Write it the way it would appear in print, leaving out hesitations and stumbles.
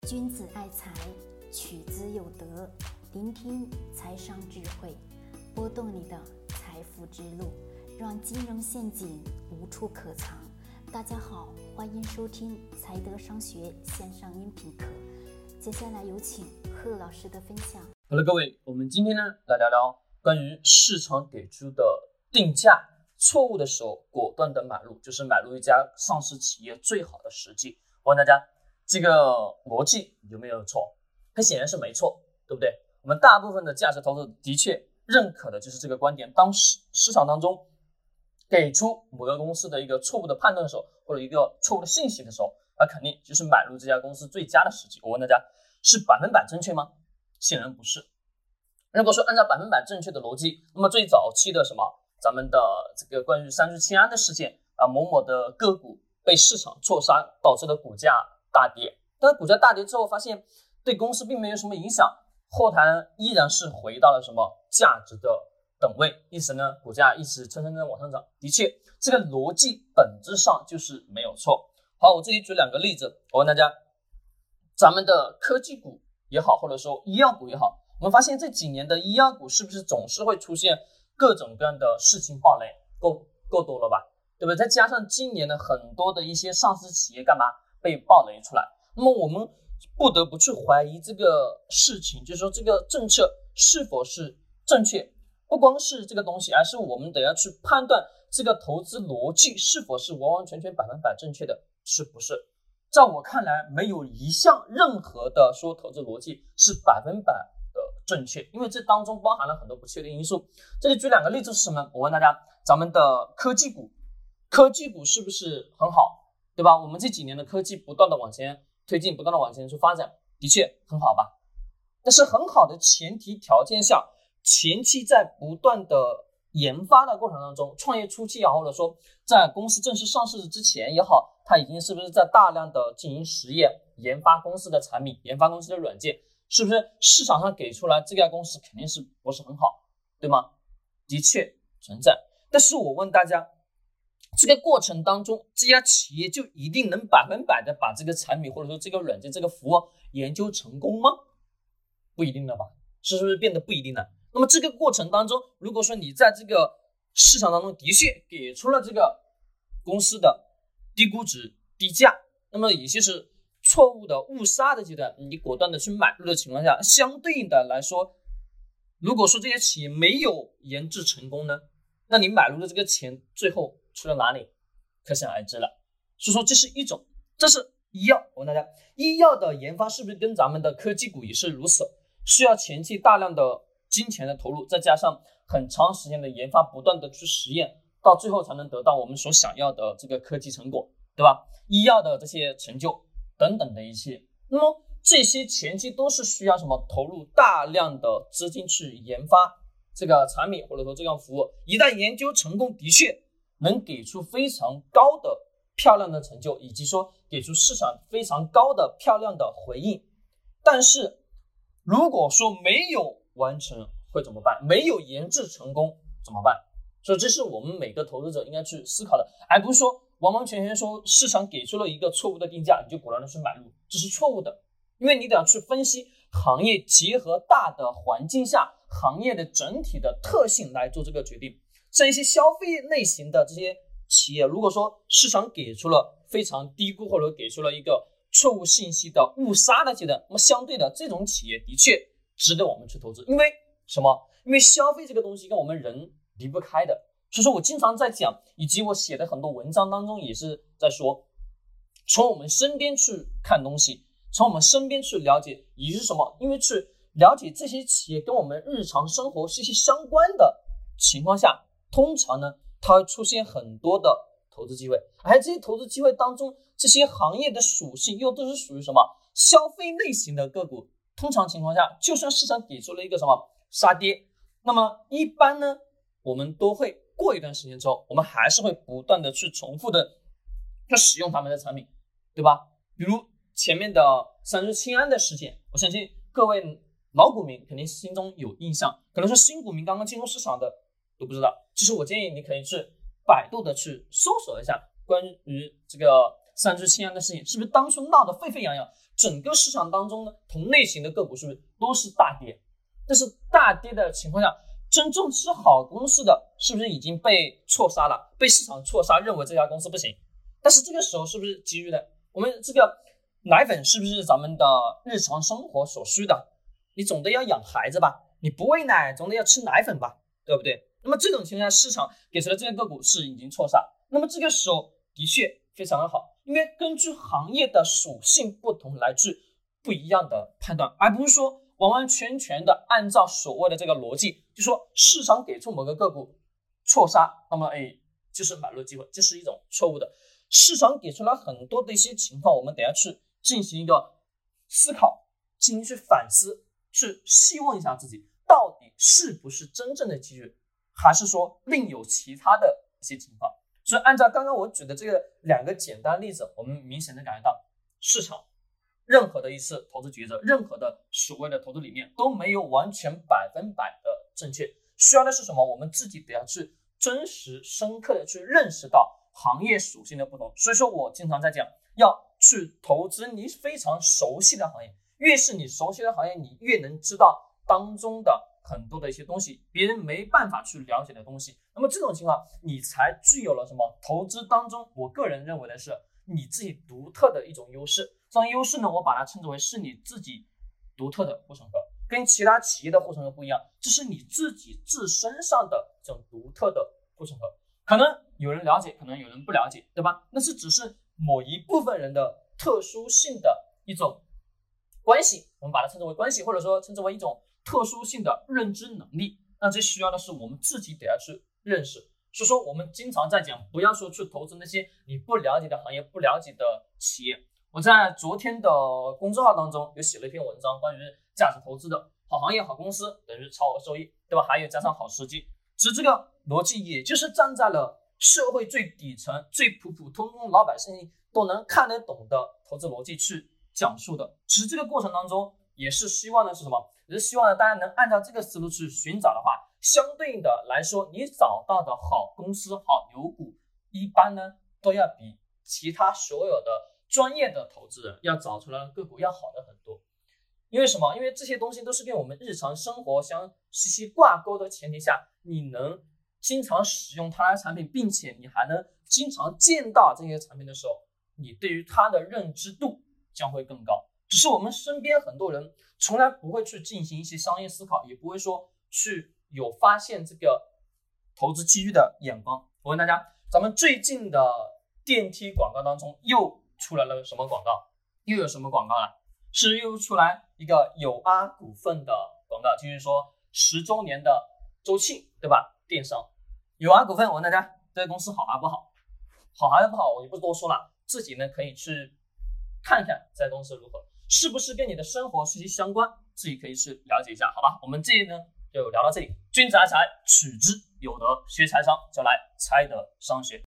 君子爱财，取之有德。聆听财商智慧，拨动你的财富之路，让金融陷阱无处可藏。大家好，欢迎收听财德商学线上音频课。接下来有请贺老师的分享。 好了，各位，我们今天呢来聊聊关于市场给出的定价错误的时候，果断的买入，就是买入一家上市企业最好的时机。我问大家，这个逻辑有没有错？很显然是没错，对不对？我们大部分的价值投资的确认可的就是这个观点。当市场当中给出某个公司的一个错误的判断的时候，或者一个错误的信息的时候，那肯定就是买入这家公司最佳的时机。我问大家，是100%正确吗？显然不是。如果说按照100%正确的逻辑，那么最早期的咱们的这个关于三聚氰胺的事件某某的个股被市场错杀，导致了股价大跌。但是股价大跌之后，发现对公司并没有什么影响，后台依然是回到了价值的等位，因此呢，股价一直蹭蹭往上涨。的确，这个逻辑本质上就是没有错。好，我这里举2个例子，我问大家，咱们的科技股也好，或者说医药股也好，我们发现这几年的医药股是不是总是会出现各种各样的事情爆雷，够多了吧，对不对？再加上今年的很多的一些上市企业干嘛被爆雷出来，那么我们不得不去怀疑这个事情，就是说这个政策是否是正确，不光是这个东西，而是我们得要去判断这个投资逻辑是否是完完全全100%正确的，是不是？在我看来，没有一项任何的说投资逻辑是100%的正确，因为这当中包含了很多不确定因素。这里举2个例子是什么？我问大家，咱们的科技股是不是很好，对吧？我们这几年的科技不断的往前推进，不断的往前去发展，的确很好吧？但是很好的前提条件下，前期在不断的研发的过程当中，创业初期也好，或者说在公司正式上市之前也好，它已经是不是在大量的进行实验，研发公司的产品，研发公司的软件，是不是市场上给出来这家公司肯定是不是很好，对吗？的确存在。但是我问大家，这个过程当中，这家企业就一定能100%的把这个产品或者说这个软件这个服务研究成功吗？不一定的吧，是不是变得不一定了？那么这个过程当中，如果说你在这个市场当中的确给出了这个公司的低估值低价，那么也就是错误的误杀的阶段，你果断的去买入的情况下，相对应的来说，如果说这些企业没有研制成功呢，那你买入的这个钱最后去了哪里，可想而知了。所以说这是一种，这是医药。我问大家，医药的研发是不是跟咱们的科技股也是如此，需要前期大量的金钱的投入，再加上很长时间的研发，不断的去实验，到最后才能得到我们所想要的这个科技成果，对吧？医药的这些成就等等的一切，那么这些前期都是需要投入大量的资金去研发这个产品或者说这个服务，一旦研究成功，的确能给出非常高的漂亮的成就，以及说给出市场非常高的漂亮的回应。但是如果说没有完成会怎么办？没有研制成功怎么办？所以这是我们每个投资者应该去思考的，而不是说完完全全说市场给出了一个错误的定价，你就果断的去买入，这是错误的。因为你得要去分析行业结合大的环境下行业的整体的特性来做这个决定。像一些消费类型的这些企业，如果说市场给出了非常低估或者给出了一个错误信息的误杀的阶段，那么相对的这种企业的确值得我们去投资。因为什么？因为消费这个东西跟我们人离不开的。所以说我经常在讲，以及我写的很多文章当中也是在说，从我们身边去看东西，从我们身边去了解，也是什么？因为去了解这些企业跟我们日常生活息息相关的情况下，通常呢它会出现很多的投资机会，而这些投资机会当中，这些行业的属性又都是属于什么？消费类型的个股。通常情况下，就算市场给出了一个杀跌，那么一般呢我们都会过一段时间之后，我们还是会不断的去重复的去使用他们的产品，对吧？比如前面的三聚氰胺的事件，我相信各位老股民肯定心中有印象，可能是新股民刚刚进入市场的都不知道。其实我建议你可以去百度的去搜索一下关于这个三聚氰胺的事情，是不是当初闹得沸沸扬扬， 整个市场当中呢，同类型的个股是不是都是大跌？但是大跌的情况下，真正是好公司的是不是已经被错杀了，被市场错杀，认为这家公司不行？但是这个时候是不是基于呢？我们这个奶粉是不是咱们的日常生活所需的？你总得要养孩子吧，你不喂奶总得要吃奶粉吧，对不对？那么这种情况下，市场给出的这些个股是已经错杀，那么这个时候的确非常的好，因为根据行业的属性不同来自不一样的判断，而不是说完完全全的按照所谓的这个逻辑，就说市场给出某个个股错杀，那么就是买入机会，这是一种错误的。市场给出了很多的一些情况，我们等下去进行一个思考，进行去反思，去细问一下自己，到底是不是真正的机遇，还是说另有其他的一些情况。所以按照刚刚我举的这个2个简单例子，我们明显的感觉到市场任何的一次投资抉择，任何的所谓的投资理念都没有完全100%的正确，需要的是什么？我们自己得要去真实深刻的去认识到行业属性的不同。所以说我经常在讲，要去投资你非常熟悉的行业，越是你熟悉的行业，你越能知道当中的很多的一些东西，别人没办法去了解的东西。那么这种情况，你才具有了什么？投资当中，我个人认为的是你自己独特的一种优势。这种优势呢，我把它称之为是你自己独特的护城河，跟其他企业的护城河不一样，这是你自己自身上的这种独特的护城河。可能有人了解，可能有人不了解，对吧？那是只是某一部分人的特殊性的一种关系，我们把它称之为关系，或者说称之为一种特殊性的认知能力。那这需要的是我们自己得要去认识。所以说我们经常在讲，不要说去投资那些你不了解的行业、不了解的企业。我在昨天的公众号当中有写了一篇文章，关于价值投资的好行业、好公司等于超额收益，对吧？还有加上好时机。其实这个逻辑也就是站在了社会最底层、最普普通通老百姓都能看得懂的投资逻辑去讲述的。其实这个过程当中也是希望的是什么？也是希望大家能按照这个思路去寻找的话，相对应的来说，你找到的好公司、好牛股，一般呢都要比其他所有的专业的投资人要找出来的个股要好的很多。因为什么？因为这些东西都是跟我们日常生活相息息挂钩的前提下，你能经常使用它的产品，并且你还能经常见到这些产品的时候，你对于它的认知度将会更高。只是我们身边很多人从来不会去进行一些商业思考，也不会说去有发现这个投资机遇的眼光。我问大家，咱们最近的电梯广告当中又出来了什么广告？又有什么广告呢？是又出来一个友阿股份的广告，就是说10周年的周期，对吧？电商友阿股份，我问大家，这个公司好还不好？好还是不好？我就不多说了，自己呢可以去看一看这家公司如何，是不是跟你的生活息息相关，自己可以去了解一下，好吧？我们这里呢就聊到这里。君子爱财，取之有德，学财商就来财德商学。